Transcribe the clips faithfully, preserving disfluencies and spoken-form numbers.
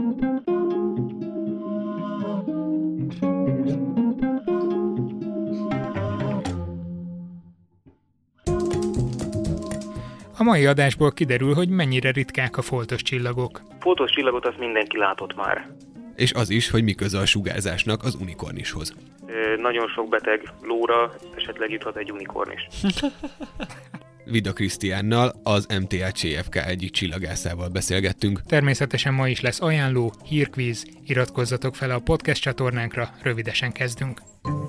A mai adásból kiderül, hogy mennyire ritkák a foltos csillagok. Foltos csillagot azt mindenki látott már. És az is, hogy mi köze a sugárzásnak az unikornishoz. Ö, nagyon sok beteg lóra esetleg juthat egy unikornis. Vida Krisztiánnal, az em té á cé ef ká egyik csillagászával beszélgettünk. Természetesen ma is lesz ajánló, hírkvíz, iratkozzatok fel a podcast csatornánkra, rövidesen kezdünk.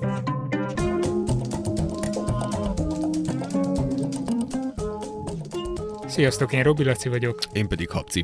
Sziasztok, én Robi Laci vagyok. Én pedig Habci.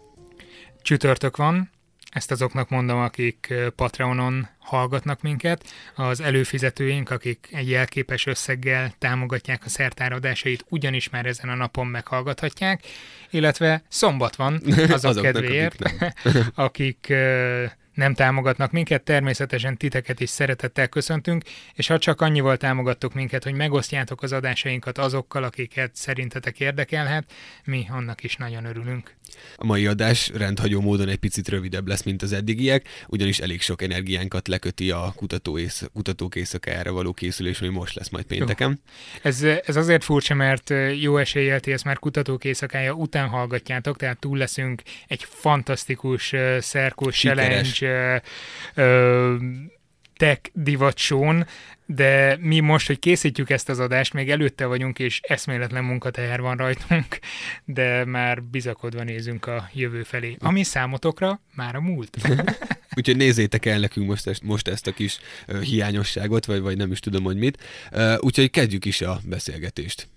Csütörtök van, ezt azoknak mondom, akik Patreonon hallgatnak minket. Az előfizetőink, akik egy jelképes összeggel támogatják a szertár adásait, ugyanis már ezen a napon meghallgathatják, illetve szombat van azok Azoknak, kedvéért, akik, akik nem támogatnak minket, természetesen titeket is szeretettel köszöntünk, és ha csak annyival támogattok minket, hogy megosztjátok az adásainkat azokkal, akiket szerintetek érdekelhet, mi annak is nagyon örülünk. A mai adás rendhagyó módon egy picit rövidebb lesz, mint az eddigiek, ugyanis elég sok energiánkat leköti a kutató ész, kutatók éjszakájára való készülés, ami most lesz majd pénteken. Ez, ez azért furcsa, mert jó eséllyel ti ezt már kutatók éjszakája után hallgatjátok, tehát túl leszünk egy fantasztikus uh, szerkós challenge uh, uh, tech divat shown, de mi most, hogy készítjük ezt az adást, még előtte vagyunk, és eszméletlen munkateher van rajtunk, de már bizakodva nézünk a jövő felé, ami számotokra már a múlt. Úgyhogy nézzétek el nekünk most ezt, most ezt a kis uh, hiányosságot, vagy, vagy nem is tudom, hogy mit. Uh, úgyhogy kezdjük is a beszélgetést.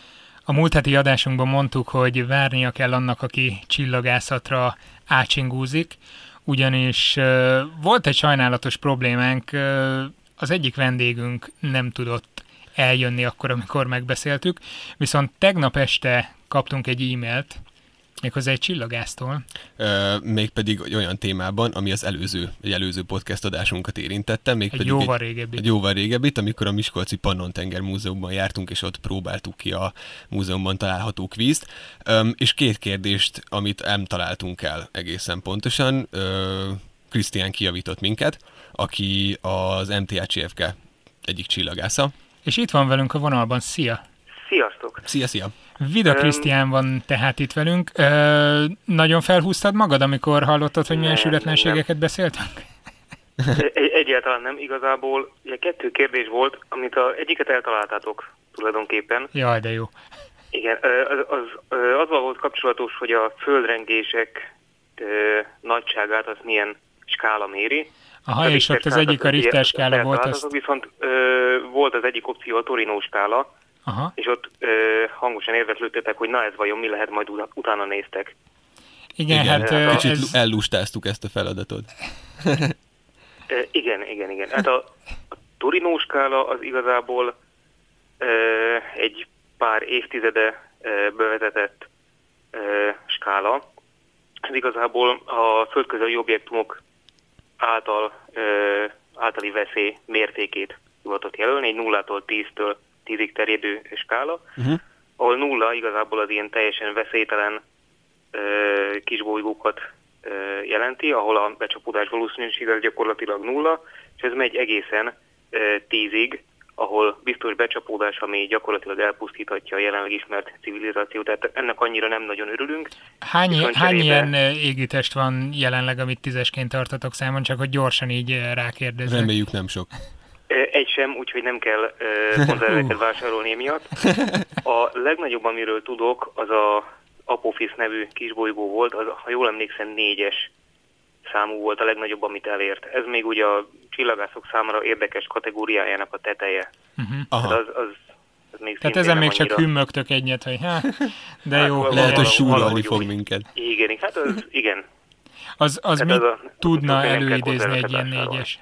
A múlt heti adásunkban mondtuk, hogy várnia kell annak, aki csillagászatra ácsingúzik, ugyanis uh, volt egy sajnálatos problémánk, uh, az egyik vendégünk nem tudott eljönni akkor, amikor megbeszéltük, viszont tegnap este kaptunk egy e-mailt, méghozzá egy csillagásztól. Uh, mégpedig olyan témában, ami az előző, egy előző podcast adásunkat érintette. Még egy pedig jóval egy, régebbit. Egy jóval régebbit, amikor a Miskolci Pannontenger Múzeumban jártunk, és ott próbáltuk ki a múzeumban található kvízt. Um, és két kérdést, amit nem találtunk el egészen pontosan. Uh, Krisztián kijavított minket, aki az em té á cé ef ká egyik csillagásza. És itt van velünk a vonalban. Szia! Sziasztok! Szia, szia! Vida um, Krisztián van tehát itt velünk. Ö, nagyon felhúztad magad, amikor hallottad, hogy milyen sületlenségeket beszéltünk? Egy, egyáltalán nem, igazából ugye kettő kérdés volt, amit a, egyiket eltaláltátok tulajdonképpen. Jaj, de jó. Igen, az, az, azzal volt kapcsolatos, hogy a földrengések nagyságát az milyen skála méri. Aha, és ott az egyik a Richter skála volt. Azt... Viszont ö, volt az egyik opció a Torino skála, aha. És ott ö, hangosan érdeklődtetek, hogy na ez vajon mi lehet, majd utána néztek. Igen, igen, hát... hát kicsit ez... ellustáztuk ezt a feladatot. ö, igen, igen, igen. Hát a, a Torino skála az igazából ö, egy pár évtizede ö, bevezetett ö, skála. Ez igazából a földközeli objektumok által, ö, általi veszély mértékét hivatott jelölni, egy nullától tíztől tízig terjedő skála, uh-huh. ahol nulla igazából az ilyen teljesen veszélytelen ö, kisbolygókat ö, jelenti, ahol a becsapódás valószínűség az gyakorlatilag nulla, és ez megy egészen ö, tízig, ahol biztos becsapódás, ami gyakorlatilag elpusztíthatja a jelenleg ismert civilizációt, tehát ennek annyira nem nagyon örülünk. Hány, hány cserébe... ilyen égitest van jelenleg, amit tízesként tartatok számon, csak hogy gyorsan így rákérdezek? Reméljük nem sok. Egy sem, úgyhogy nem kell konzerveket vásárolni emiatt. A legnagyobb, amiről tudok, az a Apophis nevű kisbolygó volt, az, ha jól emlékszem, négyes számú volt a legnagyobb, amit elért. Ez még ugye a csillagászok számára érdekes kategóriájának a teteje. Uh-huh. Az, az, az még Tehát ezen még annyira... csak hümmögtök egyet, hogy hát, de hát, jó. Val- lehet, hogy súrolni fog minket. Igen, hát az, igen. Az, az hát mit az a, tudna az előidézni egy ilyen négyes?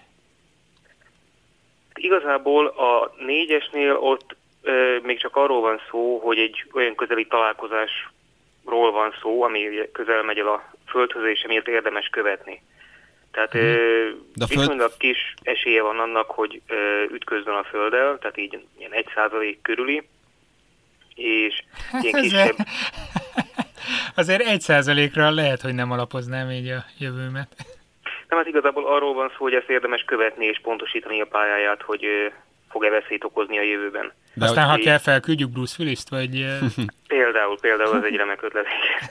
Igazából a négyesnél ott ö, még csak arról van szó, hogy egy olyan közeli találkozásról van szó, ami közel megy el a Földhöz, és emiatt érdemes követni. Tehát hmm. ö, viszonylag föld... kis esélye van annak, hogy ö, ütközzön a Földdel, tehát így ilyen egy százalék körüli, és ilyen kisebb... Azért egy százalékra lehet, hogy nem alapoznám így a jövőmet. Nem, hát igazából arról van szó, hogy ezt érdemes követni és pontosítani a pályáját, hogy fog-e veszélyt okozni a jövőben. De aztán, ha kell, felküldjük Bruce Willist, vagy... Például, például az egy remek ötlet.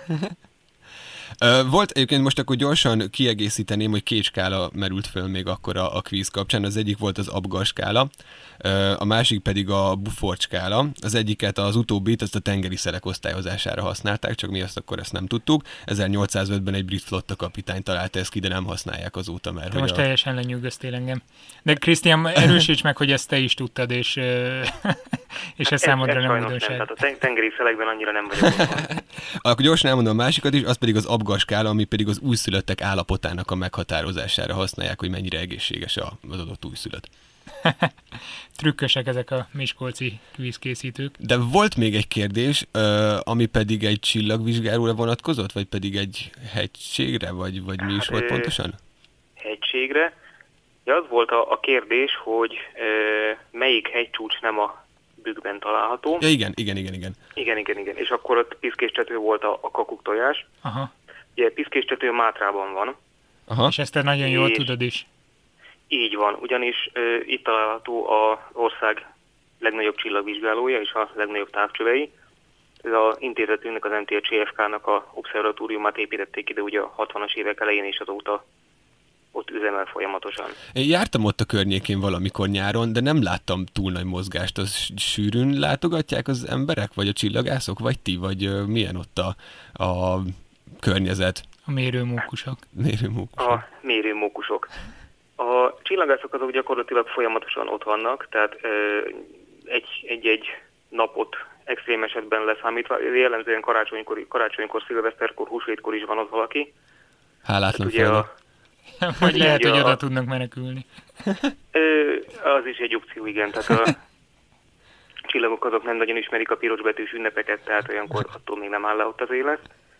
Volt egyébként, most akkor gyorsan kiegészíteném, hogy két skála merült föl még akkor a, a kvíz kapcsán. Az egyik volt az Apgar skála, a másik pedig a Beaufort skála. Az egyiket, az utóbbit, azt a tengeri szelek osztályozására használták, csak mi azt akkor ezt nem tudtuk. ezernyolcszázötben egy brit flotta kapitány találta ezt ki, de nem használják azóta, mert... De most a... teljesen lenyűgöztél engem. De Krisztián, erősíts meg, hogy ezt te is tudtad, és, és ez számodra ez, ez nem újdonság. Nem, tehát a tengeri szelekben annyira nem vagyok. Akkor gyorsan elmondom a másikat is, az pedig az Apgar skála, ami pedig az újszülöttek állapotának a meghatározására használják, hogy mennyire egészséges az adott újszülött. Trükkösek ezek a miskolci kvízkészítők. De volt még egy kérdés, ami pedig egy csillagvizsgáróra vonatkozott, vagy pedig egy hegységre, vagy, vagy mi is hát, volt pontosan? Hegységre. Ja, az volt a, a kérdés, hogy melyik hegycsúcs nem a bükkben található. Ja, igen, igen, igen, igen. Igen, igen, igen. És akkor ott piszkéstető volt a, a kakuktojás. Aha. Ugye piszkéstető Mátrában van. Aha. És ezt te nagyon jól és tudod is. Így van, ugyanis uh, itt található az ország legnagyobb csillagvizsgálója és a legnagyobb távcsövei. Ez az intézetünknek, az em té cé ef ká-nak a obszervatóriumát építették ide ugye a hatvanas évek elején, és azóta ott üzemel folyamatosan. Én jártam ott a környékén valamikor nyáron, de nem láttam túl nagy mozgást. Az sűrűn látogatják az emberek, vagy a csillagászok, vagy ti, vagy uh, milyen ott a, a környezet? A mérőmókusok. Mérőmókusok. A mérőmókusok. A csillagászok azok gyakorlatilag folyamatosan ott vannak, tehát egy-egy napot extrém esetben leszámítva, jellemzően karácsonykor, karácsonykor, szilveszterkor, húsvétkor is van ott valaki. Hálátlan feladat. Vagy lehet, hogy oda tudnak menekülni. Az is egy opció, igen. Tehát a csillagok azok nem nagyon ismerik a pirosbetűs ünnepeket, tehát olyankor attól még nem áll le ott az élet.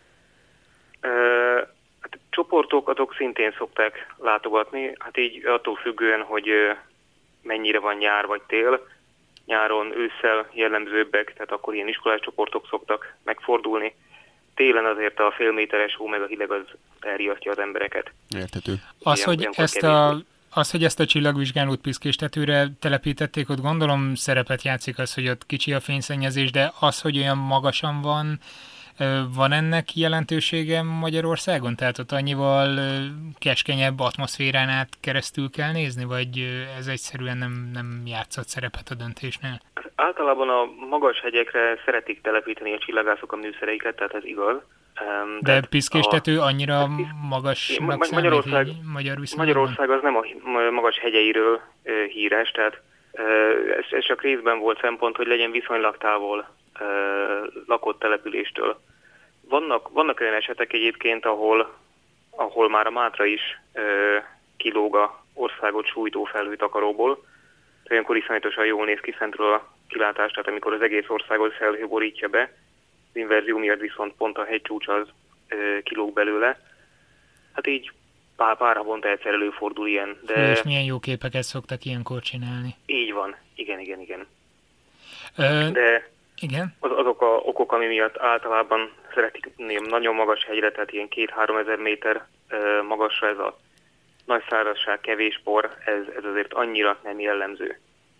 Hát, csoportok azok szintén szokták látogatni, hát így attól függően, hogy mennyire van nyár vagy tél. Nyáron, ősszel jellemzőbbek, tehát akkor ilyen iskolás csoportok szoktak megfordulni. Télen azért a félméteres hó meg a hideg az elriasztja az embereket. Érthető. Az, ilyen, hogy ezt a, az, hogy ezt a csillagvizsgálót piszkéstetőre telepítették, ott gondolom szerepet játszik az, hogy ott kicsi a fényszennyezés, de az, hogy olyan magasan van, van ennek jelentősége Magyarországon? Tehát ott annyival keskenyebb atmoszférán át keresztül kell nézni, vagy ez egyszerűen nem, nem játszott szerepet a döntésnél? Általában a magas hegyekre szeretik telepíteni a csillagászok a műszereiket, tehát ez igaz. De tehát piszkéstető a, annyira magasnak Ma, Magyarország, számít, magyar Magyarország az nem a magas hegyeiről híres, tehát ez, ez csak részben volt szempont, hogy legyen viszonylag távol lakott településtől. Vannak, vannak olyan esetek egyébként, ahol, ahol már a Mátra is ö, kilóg a országot sújtó felhőtakaróból. Olyankor iszonyatosan jól néz ki fentről a kilátás, tehát amikor az egész országot felhő borítja be, az inverzió miatt viszont pont a hegycsúcs az ö, kilóg belőle. Hát így pár, pár havonta egyszer előfordul ilyen. De... És milyen jó képeket szoktak ilyenkor csinálni. Így van, igen, igen, igen. Ö... De... Igen. Az, azok a okok, ami miatt általában szeretik nagyon magas hegyre, tehát ilyen két-három ezer méter uh, magasra ez a nagy szárazság, kevés por, ez, ez azért annyira nem jellemző.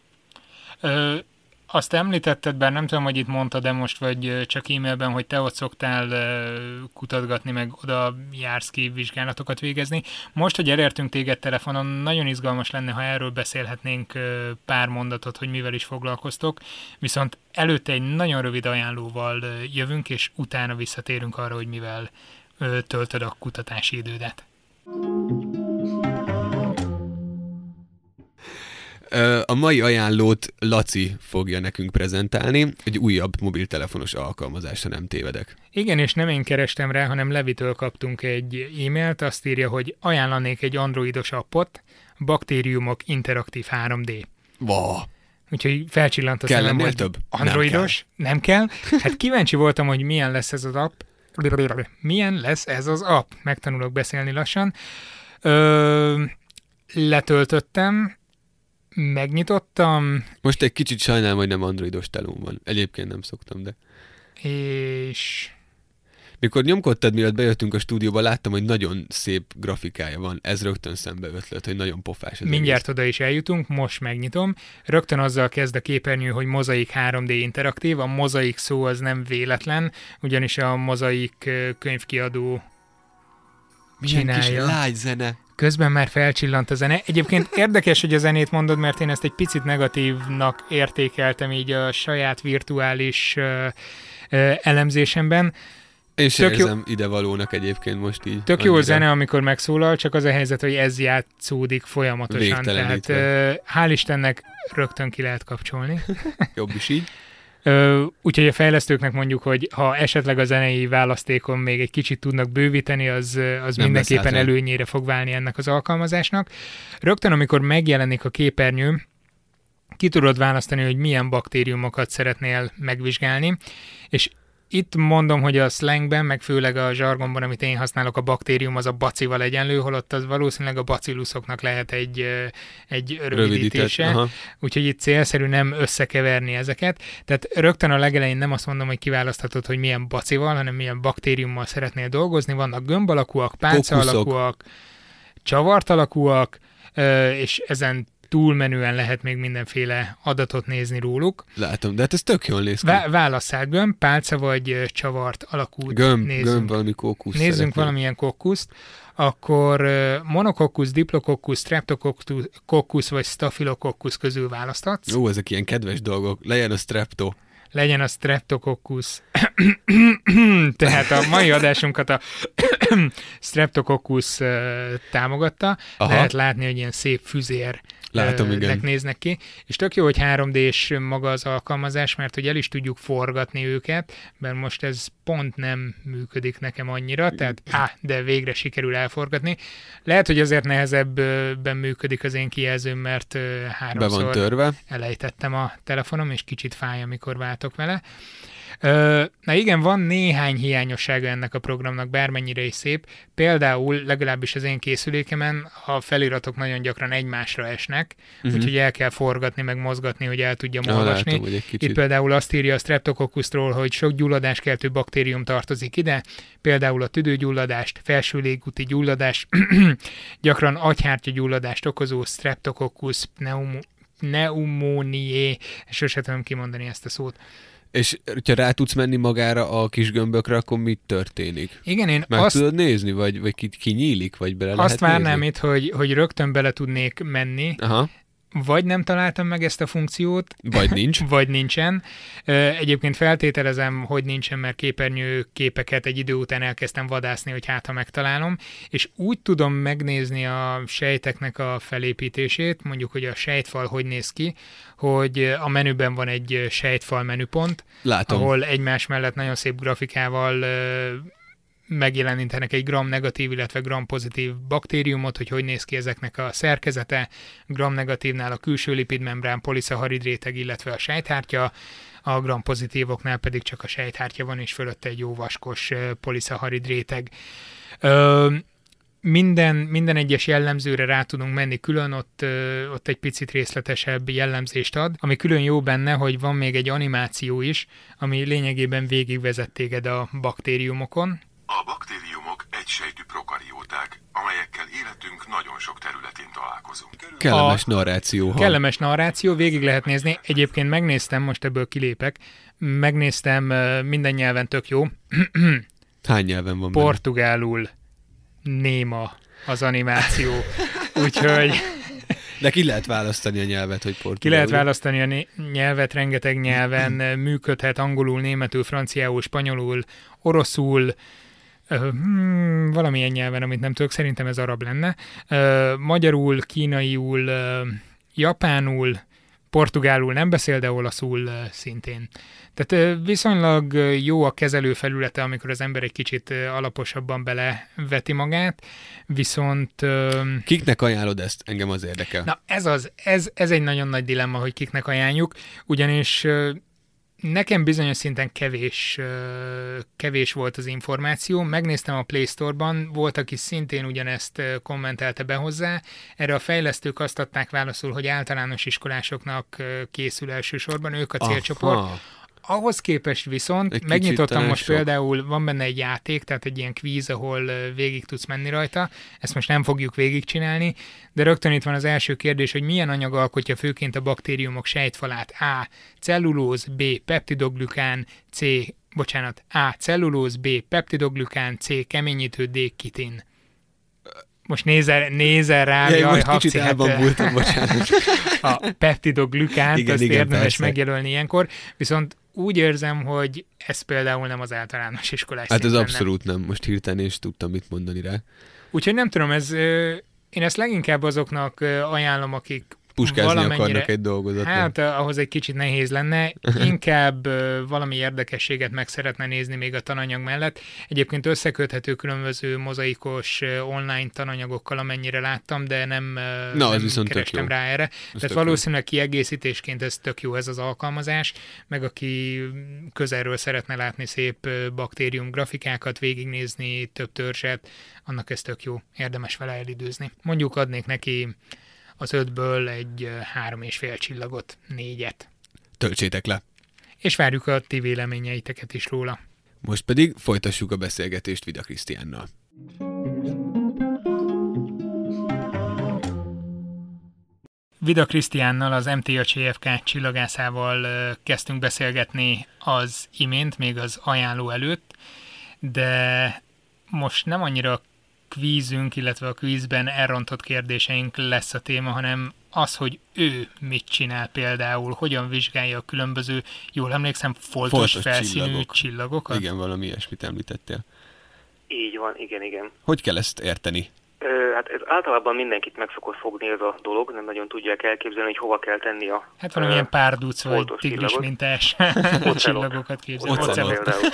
Ö, azt említetted, bár nem tudom, hogy itt mondtad, de most vagy csak e-mailben, hogy te ott szoktál kutatgatni, meg oda jársz ki vizsgálatokat végezni. Most, hogy elértünk téged telefonon, nagyon izgalmas lenne, ha erről beszélhetnénk pár mondatot, hogy mivel is foglalkoztok, viszont előtte egy nagyon rövid ajánlóval jövünk, és utána visszatérünk arra, hogy mivel töltöd a kutatási idődet. A mai ajánlót Laci fogja nekünk prezentálni, egy újabb mobiltelefonos alkalmazásra, nem tévedek. Igen, és nem én kerestem rá, hanem Levitől kaptunk egy e-mailt, azt írja, hogy ajánlanék egy androidos appot, Baktériumok Interaktív három dé. Wow. Úgyhogy felcsillant a szemem, hogy több? androidos, nem kell. nem kell. Hát kíváncsi voltam, hogy milyen lesz ez az app. Milyen lesz ez az app? Megtanulok beszélni lassan. Ö, letöltöttem, megnyitottam. Most egy kicsit sajnálom, hogy nem androidos telóm van. Egyébként nem szoktam, de... És... Mikor nyomkodtad, mielőtt bejöttünk a stúdióba, láttam, hogy nagyon szép grafikája van. Ez rögtön szembe ötlött, hogy nagyon pofás. Mindjárt egész. Oda is eljutunk, most megnyitom. Rögtön azzal kezd a képernyő, hogy Mozaik három dé interaktív. A Mozaik szó az nem véletlen, ugyanis a Mozaik könyvkiadó csinálja. Milyen kis lágy zene. Közben már felcsillant a zene. Egyébként érdekes, hogy a zenét mondod, mert én ezt egy picit negatívnak értékeltem így a saját virtuális uh, uh, elemzésemben. És érzem jó, idevalónak egyébként most így. Tök jó zene, amikor megszólal, csak az a helyzet, hogy ez játszódik folyamatosan. Tehát uh, hál' Istennek rögtön ki lehet kapcsolni. Jobb is így. Uh, úgyhogy a fejlesztőknek mondjuk, hogy ha esetleg a zenei választékon még egy kicsit tudnak bővíteni, az, az mindenképpen előnyére fog válni ennek az alkalmazásnak. Rögtön, amikor megjelenik a képernyő, ki tudod választani, hogy milyen baktériumokat szeretnél megvizsgálni, és itt mondom, hogy a slangben, meg főleg a zsargonban, amit én használok, a baktérium az a bacival egyenlő, holott az valószínűleg a bacilluszoknak lehet egy, egy rövidítése. Úgyhogy itt célszerű nem összekeverni ezeket. Tehát rögtön a legelején nem azt mondom, hogy kiválaszthatod, hogy milyen bacival, hanem milyen baktériummal szeretnél dolgozni. Vannak gömb alakúak, pálca alakúak, csavart alakúak, és ezen túlmenően lehet még mindenféle adatot nézni róluk. Látom, de hát ez tök jól néz ki. Vá- válasszál, gömb, pálca vagy csavart alakút. Gömb, nézzünk. gömb valami kokkusz. Nézzünk szeretném. valamilyen kokkuszt. Akkor monokokkusz, diplokokkusz, streptokokkusz vagy stafilokokkusz közül választatsz. Ó, ezek ilyen kedves dolgok. Legyen a strepto. Legyen a streptokokkusz. Tehát a mai adásunkat a streptokokkusz támogatta. Aha. Lehet látni, hogy ilyen szép füzér Látom, igen. néznek ki. És tök jó, hogy három dés maga az alkalmazás, mert hogy el is tudjuk forgatni őket, mert most ez pont nem működik nekem annyira, tehát á, de végre sikerül elforgatni. Lehet, hogy azért nehezebben működik az én kijelzőm, mert háromszor be van törve. Elejtettem a telefonom, és kicsit fáj, amikor váltok vele. Na igen, van néhány hiányossága ennek a programnak, bármennyire is szép. Például, legalábbis az én készülékemen a feliratok nagyon gyakran egymásra esnek, uh-huh. úgyhogy el kell forgatni, meg mozgatni, hogy el tudjam ah, olvasni. Látom, itt például azt írja a streptokokkuszról, hogy sok gyulladáskeltő baktérium tartozik ide, például a tüdőgyulladást, felső légúti gyulladást, gyakran agyhártyagyulladást okozó streptokokkusz pneum- pneumoniae, sose tudom kimondani ezt a szót. És ha rá tudsz menni magára a kis gömbökre, akkor mit történik? Igen, én Meg azt... tudod nézni, vagy, vagy ki, ki nyílik, vagy bele lehet Azt várnám nézni? itt, hogy, hogy rögtön bele tudnék menni. Aha. Vagy nem találtam meg ezt a funkciót, vagy nincs. vagy nincsen. Egyébként feltételezem, hogy nincsen, mert képernyő képeket egy idő után elkezdtem vadászni, hogy hát ha megtalálom, és úgy tudom megnézni a sejteknek a felépítését, mondjuk, hogy a sejtfal hogy néz ki, hogy a menüben van egy sejtfal menüpont, Látom. ahol egymás mellett nagyon szép grafikával megjelenítenek egy gram-negatív, illetve gram-pozitív baktériumot, hogy hogy néz ki ezeknek a szerkezete. Gram-negatívnál a külső lipidmembrán, poliszaharid réteg, illetve a sejthártya, a gram-pozitívoknál pedig csak a sejthártya van, és fölötte egy jó vaskos poliszaharid réteg. Ö, minden, minden egyes jellemzőre rá tudunk menni külön, ott, ott egy picit részletesebb jellemzést ad. Ami külön jó benne, hogy van még egy animáció is, ami lényegében végigvezet téged a baktériumokon. A baktériumok egysejtű prokarióták, amelyekkel életünk nagyon sok területén találkozunk. Kellemes narráció. Ha. Kellemes narráció, végig lehet nézni. Egyébként megnéztem, most ebből kilépek, megnéztem, minden nyelven tök jó. Hány nyelven van Portugálul néma az animáció, úgyhogy... De ki lehet választani a nyelvet, hogy portugálul? Ki lehet választani a né- nyelvet, rengeteg nyelven működhet, angolul, németül, franciául, spanyolul, oroszul, Hmm, valamilyen nyelven, amit nem tudok, szerintem ez arab lenne. Uh, magyarul, kínaiul, uh, japánul, portugálul nem beszél, de olaszul uh, szintén. Tehát uh, viszonylag jó a kezelőfelülete, amikor az ember egy kicsit uh, alaposabban beleveti magát, viszont... Uh, Kiknek ajánlod ezt? Engem az érdekel. Na ez az, ez, ez egy nagyon nagy dilemma, hogy kiknek ajánljuk, ugyanis... Uh, Nekem bizonyos szinten kevés, kevés volt az információ. Megnéztem a Play Store-ban, volt, aki szintén ugyanezt kommentelte be hozzá. Erre a fejlesztők azt adták válaszul, hogy általános iskolásoknak készül elsősorban, ők a célcsoport. Aha. Ahhoz képest viszont egy megnyitottam most sok. Például, van benne egy játék, tehát egy ilyen kvíz, ahol végig tudsz menni rajta, ezt most nem fogjuk végigcsinálni, de rögtön itt van az első kérdés, hogy milyen anyag alkotja főként a baktériumok sejtfalát. A. Cellulóz, B. Peptidoglükán, C. Bocsánat, A. Cellulóz, B. Peptidoglükán, C. Keményítő, D. kitin. Most nézel, nézel rá, ja, jaj, most Habci, kicsit elbambultam, bocsánat. A peptidoglükánt, igen, azt igen, érdemes persze. megjelölni ilyenkor, viszont úgy érzem, hogy ez például nem az általános iskolás Hát ez szinten abszolút nem. Most hirtelen is tudtam mit mondani rá. Úgyhogy nem tudom, ez, én ezt leginkább azoknak ajánlom, akik Puskázni valamennyire, akarnak egy dolgozatot. Hát ahhoz egy kicsit nehéz lenne, inkább valami érdekességet meg szeretne nézni még a tananyag mellett. Egyébként összeköthető különböző mozaikos online tananyagokkal, amennyire láttam, de nem, Na, nem kerestem rá erre. Ez Tehát valószínűleg kiegészítésként ez tök jó ez az alkalmazás, meg aki közelről szeretne látni szép baktérium grafikákat, végignézni több törzset, annak ez tök jó, érdemes vele elidőzni. Mondjuk adnék neki az ötből egy három és fél csillagot, négyet. Töltsétek le. És várjuk a ti véleményeiteket is róla. Most pedig folytassuk a beszélgetést Vida Krisztiánnal. Vida Krisztiánnal, az em té á cé ef ká csillagászával kezdtünk beszélgetni az imént, még az ajánló előtt, de most nem annyira kvízünk, illetve a kvízben elrontott kérdéseink lesz a téma, hanem az, hogy ő mit csinál például, hogyan vizsgálja a különböző, jól emlékszem, foltos, foltos felszínű csillagok. csillagokat. Igen, valami ilyesmit említettél. Így van, igen, igen. Hogy kell ezt érteni? Ö, hát ez általában mindenkit meg szokott fogni ez a dolog, nem nagyon tudják elképzelni, hogy hova kell tenni a Hát valamilyen párduc vagy tigris mintás csillagokat képzelni. Például.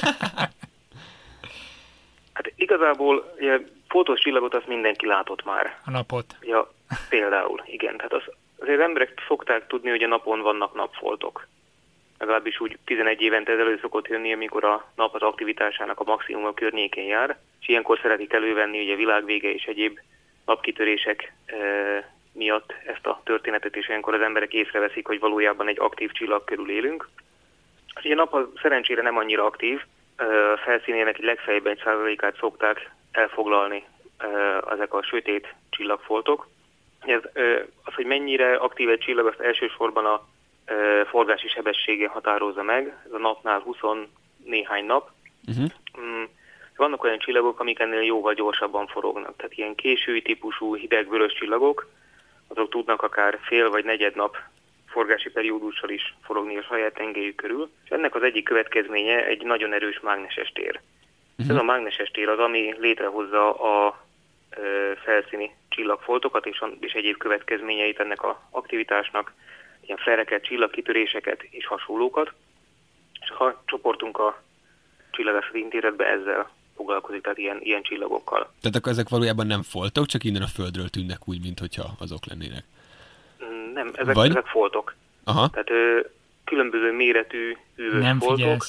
Hát igazából ugye, fotós csillagot azt mindenki látott már. A napot. Ja, például, igen. Tehát az, azért emberek szokták tudni, hogy a napon vannak napfoltok. Legalábbis úgy tizenegy évente ez elő szokott jönni, amikor a nap az aktivitásának a maximum a környékén jár, és ilyenkor szeretik elővenni ugye világvége és egyéb napkitörések e, miatt ezt a történetet, és ilyenkor az emberek észreveszik, hogy valójában egy aktív csillag körül élünk. Ugye a nap az szerencsére nem annyira aktív, a felszínének egy legfeljebb egy százalékát szokták elfoglalni ezek a sötét csillagfoltok. Ez, az, hogy mennyire aktív egy csillag, azt elsősorban a forgási sebessége határozza meg. Ez a napnál húsz néhány nap. Uh-huh. Vannak olyan csillagok, amik ennél jóval gyorsabban forognak. Tehát ilyen késői típusú hideg-vörös csillagok, azok tudnak akár fél vagy negyed nap forgási periódussal is forogni a saját tengelyük körül, és ennek az egyik következménye egy nagyon erős mágneses tér. Uh-huh. Ez a mágneses tér az, ami létrehozza a e, felszíni csillagfoltokat és, és egyéb következményeit ennek az aktivitásnak, ilyen flereket, csillagkitöréseket és hasonlókat. És a csoportunk a Csillagászati Intézetbe ezzel foglalkozik, tehát ilyen, ilyen csillagokkal. Tehát akkor ezek valójában nem foltok, csak innen a Földről tűnnek úgy, mintha azok lennének. Nem, ezek, ezek foltok. Aha. Tehát ö, különböző méretű hűvös nem foltok,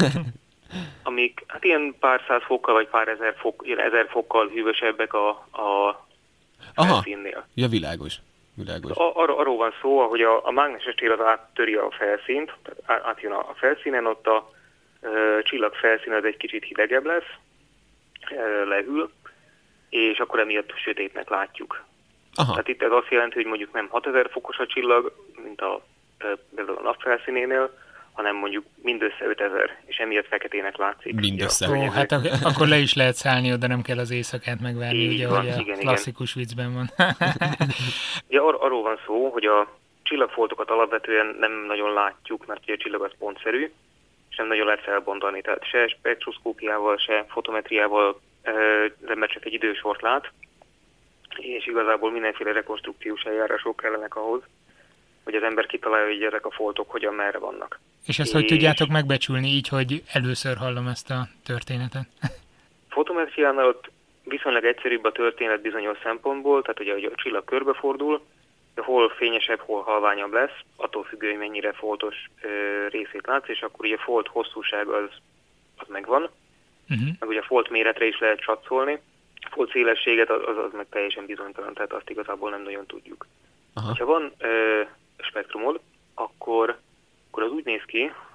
amik hát ilyen pár száz fokkal vagy pár ezer, fok, ezer fokkal hűvösebbek a, a felszínnél. Ja, világos. világos. Ar- arról, arról van szó, hogy a, a mágneses tér az áttöri a felszínt, tehát átjön a felszínen, ott a ö, csillag felszín az egy kicsit hidegebb lesz, ö, lehűl, és akkor emiatt sötétnek látjuk. Aha. Tehát itt ez azt jelenti, hogy mondjuk nem hatezer fokos a csillag, mint a, például a nap felszínénél, hanem mondjuk mindössze ötezer, és emiatt feketének látszik. Mindössze. Ó, hát ak- akkor le is lehet szállni, oda nem kell az éjszakát megvárni, így ugye, van, hogy a igen, klasszikus igen. viccben van. Ugye ar- arról van szó, hogy a csillagfoltokat alapvetően nem nagyon látjuk, mert ugye a csillag az pontszerű, és nem nagyon lehet felbontani. Tehát se spektroszkópiával, se fotometriával az ember csak egy idősort lát, és igazából mindenféle rekonstrukciós eljárások kellenek ahhoz, hogy az ember kitalálja, hogy ezek a foltok hogyan merre vannak. És ezt és... hogy tudjátok megbecsülni így, hogy először hallom ezt a történetet? Fotometriánál ott viszonylag egyszerűbb a történet bizonyos szempontból, tehát ugye, hogy a csillag körbefordul, de hol fényesebb, hol halványabb lesz, attól függő, hogy mennyire foltos ö, részét látsz, és akkor ugye a folt hosszúság az, az megvan, uh-huh. meg ugye a folt méretre is lehet satszolni, a folt szélességet az, az meg teljesen bizonytalan, tehát azt igazából nem nagyon tudjuk. Aha. Ha van ö, spektrumod, akkor, akkor az úgy néz ki,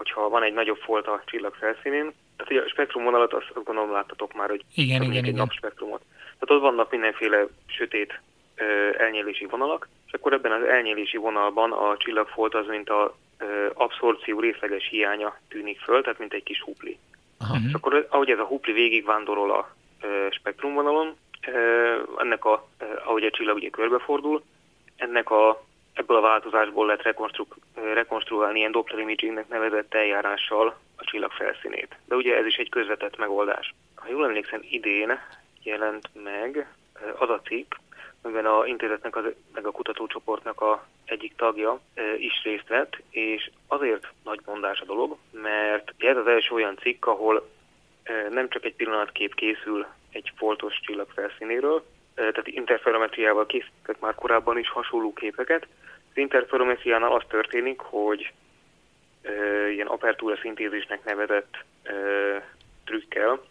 hogyha van egy nagyobb folt a csillag felszínén, tehát ugye a spektrumvonalat azt, azt gondolom láttatok már, hogy igen, igen, egy igen. napspektrumot. Tehát ott vannak mindenféle sötét ö, elnyélési vonalak, és akkor ebben az elnyélési vonalban a csillagfolt az, mint a ö, abszorpció részleges hiánya tűnik föl, tehát mint egy kis hupli. Aha. És akkor ahogy ez a hupli végigvándorol a ö, spektrumvonalon, ö, ennek a, ö, ahogy a csillag ugye körbefordul, ennek a ebből a változásból lehet rekonstru- rekonstruálni ilyen Doppler imagingnek nevezett eljárással a csillag felszínét. De ugye ez is egy közvetett megoldás. Ha jól emlékszem, idén jelent meg az a cikk, amiben a intézetnek az, meg a kutatócsoportnak a egyik tagja e, is részt vett, és azért nagy mondás a dolog, mert ez az első olyan cikk, ahol e, nem csak egy pillanatkép készül egy foltos csillag felszínéről, e, tehát interferometriával készítettek már korábban is hasonló képeket. Az interferometriánál az történik, hogy e, ilyen apertúra szintézisnek nevezett e, trükkel,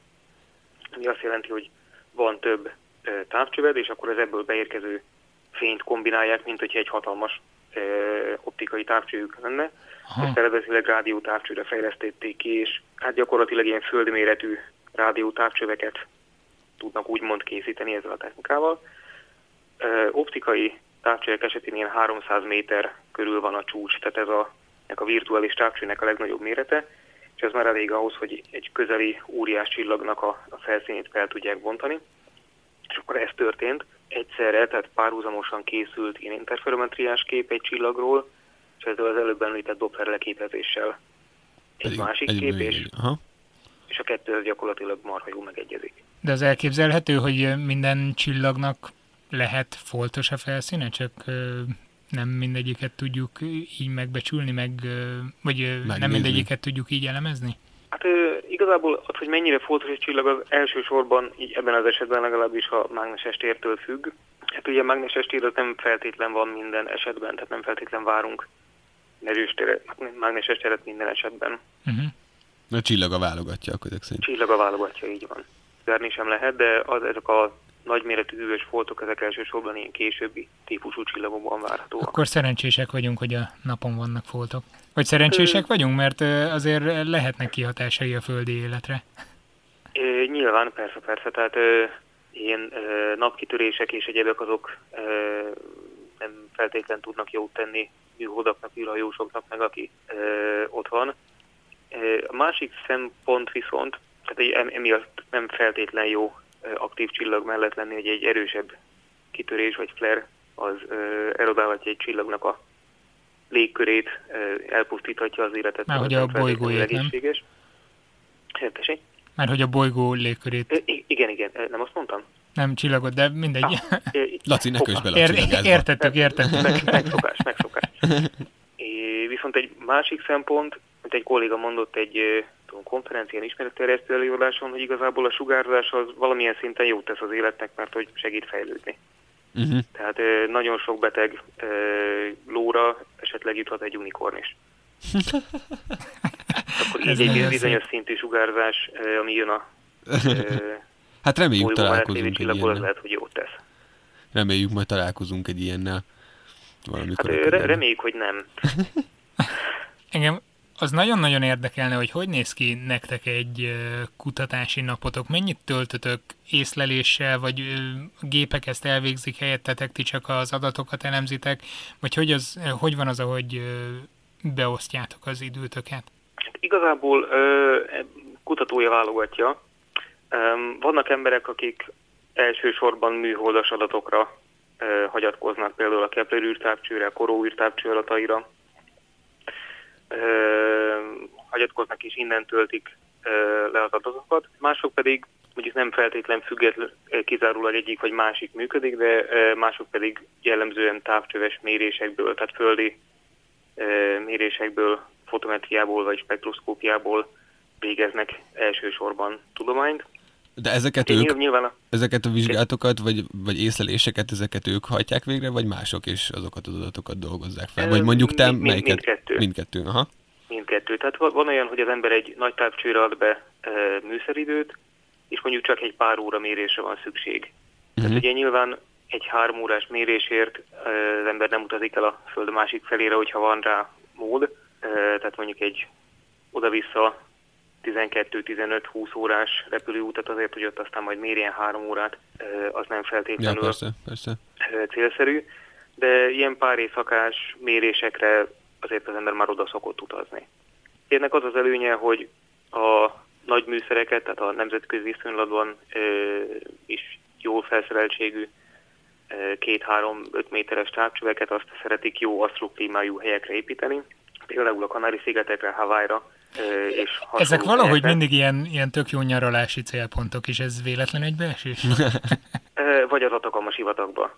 ami azt jelenti, hogy van több e, távcsöved, és akkor az ebből beérkező fényt kombinálják, mint hogyha egy hatalmas e, optikai távcsőjük lenne. Ezt eredetileg rádiótávcsőre fejlesztették ki, és hát gyakorlatilag ilyen földméretű rádiótávcsöveket tudnak úgymond készíteni ezzel a technikával. E, optikai távcsövek esetén ilyen háromszáz méter körül van a csúcs, tehát ez a, a virtuális távcsőnek a legnagyobb mérete, és ez már elég ahhoz, hogy egy közeli óriás csillagnak a, a felszínét fel tudják bontani. És akkor ez történt. Egyszerre, tehát párhuzamosan készült ilyen interferometriás kép egy csillagról, és ezzel az előbb említett Doppler leképezéssel egy Pedig, másik egy kép, és, és a kettő az gyakorlatilag marha jól megegyezik. De az elképzelhető, hogy minden csillagnak lehet foltos a felszíne, csak nem mindegyiket tudjuk így megbecsülni, meg, vagy Megnézni. nem mindegyiket tudjuk így elemezni? Hát igazából az, hogy mennyire foltos egy csillag, az elsősorban így ebben az esetben legalábbis a mágneses tértől függ. Hát ugye a mágneses tér az nem feltétlen van minden esetben, tehát nem feltétlen várunk erős teret, mágneses teret minden esetben. Uh-huh. A csillaga válogatja akkor ezek szerint. Csillaga válogatja, így van. Zárni sem lehet, de az, ezek a nagyméretű hűvös foltok, ezek elsősorban ilyen későbbi típusú csillagokban várhatóak. Akkor szerencsések vagyunk, hogy a napon vannak foltok. Vagy szerencsések vagyunk, mert azért lehetnek kihatásai a földi életre. É, nyilván, persze, persze. Tehát ö, ilyen ö, napkitörések és egyébek azok ö, nem feltétlen tudnak jót tenni műholdaknak, űrhajósoknak, meg aki ö, ott van. A másik szempont viszont, tehát emiatt nem feltétlen jó aktív csillag mellett lenni, hogy egy erősebb kitörés vagy flare az erodálhatja egy csillagnak a légkörét, elpusztíthatja az életet. Már hogy a bolygóját, nem? Tessék? Már hogy a bolygó légkörét. I- igen, igen, nem azt mondtam? Nem csillagot, de mindegy. Ah, Laci, ne kösd bele a csillagázba. Értettük, értettük. Meg, megszokás, megszokás. É, viszont egy másik szempont, mint egy kolléga mondott egy tudom, konferencián, ismeretterjesztő előadáson, hogy igazából a sugárzás az valamilyen szinten jót tesz az életnek, mert hogy segít fejlődni. Uh-huh. Tehát nagyon sok beteg lóra esetleg juthat egy unikorn is. Akkor így egy bizonyos szintű sugárzás, ami jön a hát reméljük találkozunk egy ilyennel. Lehet, hogy jót tesz. Reméljük majd találkozunk egy ilyennel. Hát re- reméljük, hogy nem. Engem az nagyon-nagyon érdekelne, hogy hogy néz ki nektek egy kutatási napotok. Mennyit töltötök észleléssel, vagy gépek ezt elvégzik helyettetek, ti csak az adatokat elemzitek, vagy hogy, az, hogy van az, ahogy beosztjátok az időtöket? Igazából kutatója válogatja. Vannak emberek, akik elsősorban műholdas adatokra hagyatkoznak, például a Kepler űrtávcsőre, a Corot űrtávcső adataira. Hagyatkoznak és innen töltik le az adatokat. Mások pedig mondjuk nem feltétlen független, kizárólag egyik vagy másik működik, de mások pedig jellemzően távcsöves mérésekből, tehát földi mérésekből, fotometriából vagy spektroszkópiából végeznek elsősorban tudományt. De ezeket Én ők, nyilván a... ezeket a vizsgálatokat, vagy, vagy észleléseket, ezeket ők hajtják végre, vagy mások is azokat az adatokat dolgozzák fel? Vagy mondjuk te mind, melyiket? Mindkettő. Mindkettő, aha. Mindkettő. Tehát van olyan, hogy az ember egy nagy távcsőre ad be e, műszeridőt, és mondjuk csak egy pár óra mérésre van szükség. Uh-huh. Tehát ugye nyilván egy három órás mérésért e, az ember nem utazik el a Föld másik felére, hogyha van rá mód. E, tehát mondjuk egy oda-vissza tizenkettő, tizenöt, húsz órás repülőútat azért, hogy ott aztán majd mérjen három órát, az nem feltétlenül ja, persze, persze. célszerű, de ilyen pár éjszakás mérésekre azért az ember már oda szokott utazni. Ennek az az előnye, hogy a nagy műszereket, tehát a nemzetközi viszonylatban is jó felszereltségű két-három-öt méteres távcsöveket azt szeretik jó asztroklímájú helyekre építeni, például a Kanári-szigetekre, Hawaii-ra. És ezek valahogy helyekre. Mindig ilyen, ilyen tök jó nyaralási célpontok, és ez véletlen egybeesés? Vagy az Atacama sivatagba.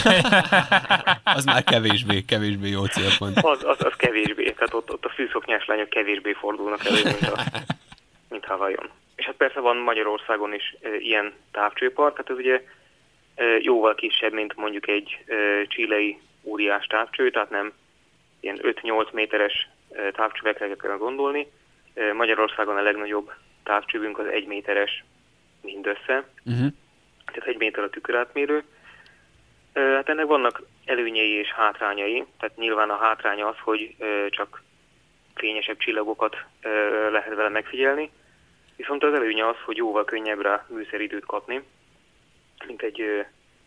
Az már kevésbé, kevésbé jó célpont. Az, az, az kevésbé, tehát ott, ott a fűszoknyás lányok kevésbé fordulnak elő, mint, a, mint Hawaiion. És hát persze van Magyarországon is e, ilyen távcsőpark, tehát ez ugye e, jóval kisebb, mint mondjuk egy e, chilei óriás távcső, tehát nem ilyen öt-nyolc méteres e, távcsövekre kell gondolni. E, Magyarországon a legnagyobb távcsövünk az egy méteres mindössze, uh-huh. tehát egy méter a tükörátmérő. Hát ennek vannak előnyei és hátrányai, tehát nyilván a hátránya az, hogy csak fényesebb csillagokat lehet vele megfigyelni, viszont az előnye az, hogy jóval könnyebb rá műszeridőt kapni, mint egy ö,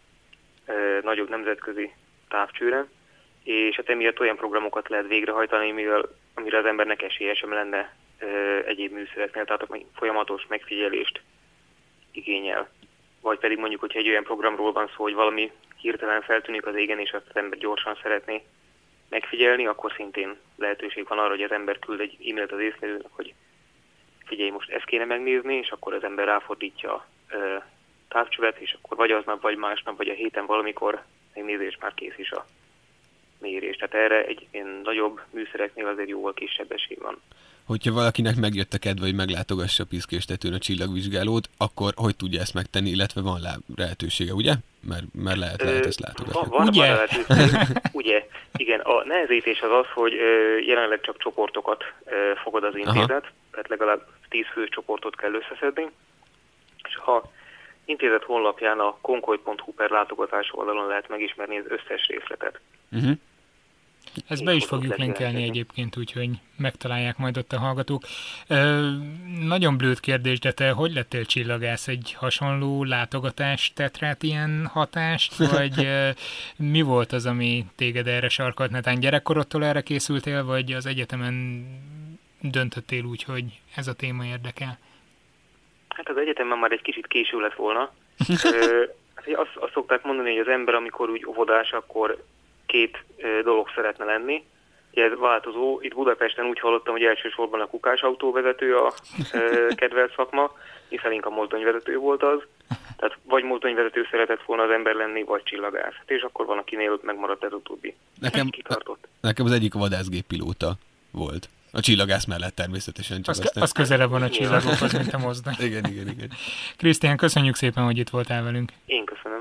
ö, nagyobb nemzetközi távcsőre, és hát emiatt olyan programokat lehet végrehajtani, mivel, amire az embernek esélye sem lenne ö, egyéb műszereknél, tehát a folyamatos megfigyelést igényel. Vagy pedig mondjuk, hogyha egy olyan programról van szó, hogy valami hirtelen feltűnik az égen, és azt az ember gyorsan szeretné megfigyelni, akkor szintén lehetőség van arra, hogy az ember küld egy e-mailt az észlelőnek, hogy figyelj, most ezt kéne megnézni, és akkor az ember ráfordítja a távcsövet, és akkor vagy aznap, vagy másnap, vagy a héten valamikor megnézés már kész is a mérés. Tehát erre egy ilyen nagyobb műszereknél azért jóval kisebb esély van. Hogyha valakinek megjött a kedve, hogy meglátogassa Piszkéstetőn a csillagvizsgálót, akkor hogy tudja ezt megtenni, illetve van lehetősége, ugye? Mert, mert lehet, lehet ezt látogatni. Van, ugye? Van lehetőség, ugye? Igen, a nehezítés az az, hogy jelenleg csak csoportokat fogad az intézet, aha. Tehát legalább tíz fős csoportot kell összeszedni, és ha intézet honlapján a concoid pont hu per látogatás oldalon lehet megismerni az összes részletet. Uh-huh. Ezt be is fogjuk linkelni egyébként, úgyhogy megtalálják majd ott a hallgatók. Ö, nagyon blőd kérdés, de te hogy lettél csillagász? Egy hasonló látogatás tett rád ilyen hatást? Vagy ö, mi volt az, ami téged erre sarkalt? Netán gyerekkorodtól erre készültél, vagy az egyetemen döntöttél úgy, hogy ez a téma érdekel? Hát az egyetemen már egy kicsit késő lett volna. Ö, azt, azt szokták mondani, hogy az ember, amikor úgy óvodás, akkor két e, dolog szeretne lenni. Ez változó. Itt Budapesten úgy hallottam, hogy elsősorban a kukásautóvezető a e, kedvelt szakma, hiszen inkább mozdonyvezető volt az. Tehát vagy mozdonyvezető szeretett volna az ember lenni, vagy csillagász. És akkor van, akinél megmaradt ez utóbbi. Nekem, nekem az egyik a vadászgéppilóta volt. A csillagász mellett természetesen. Csak az, aztán... az közelebb van a csillagokhoz, mint a mozdony. Igen, igen, igen. Krisztián, köszönjük szépen, hogy itt voltál velünk. Én köszönöm.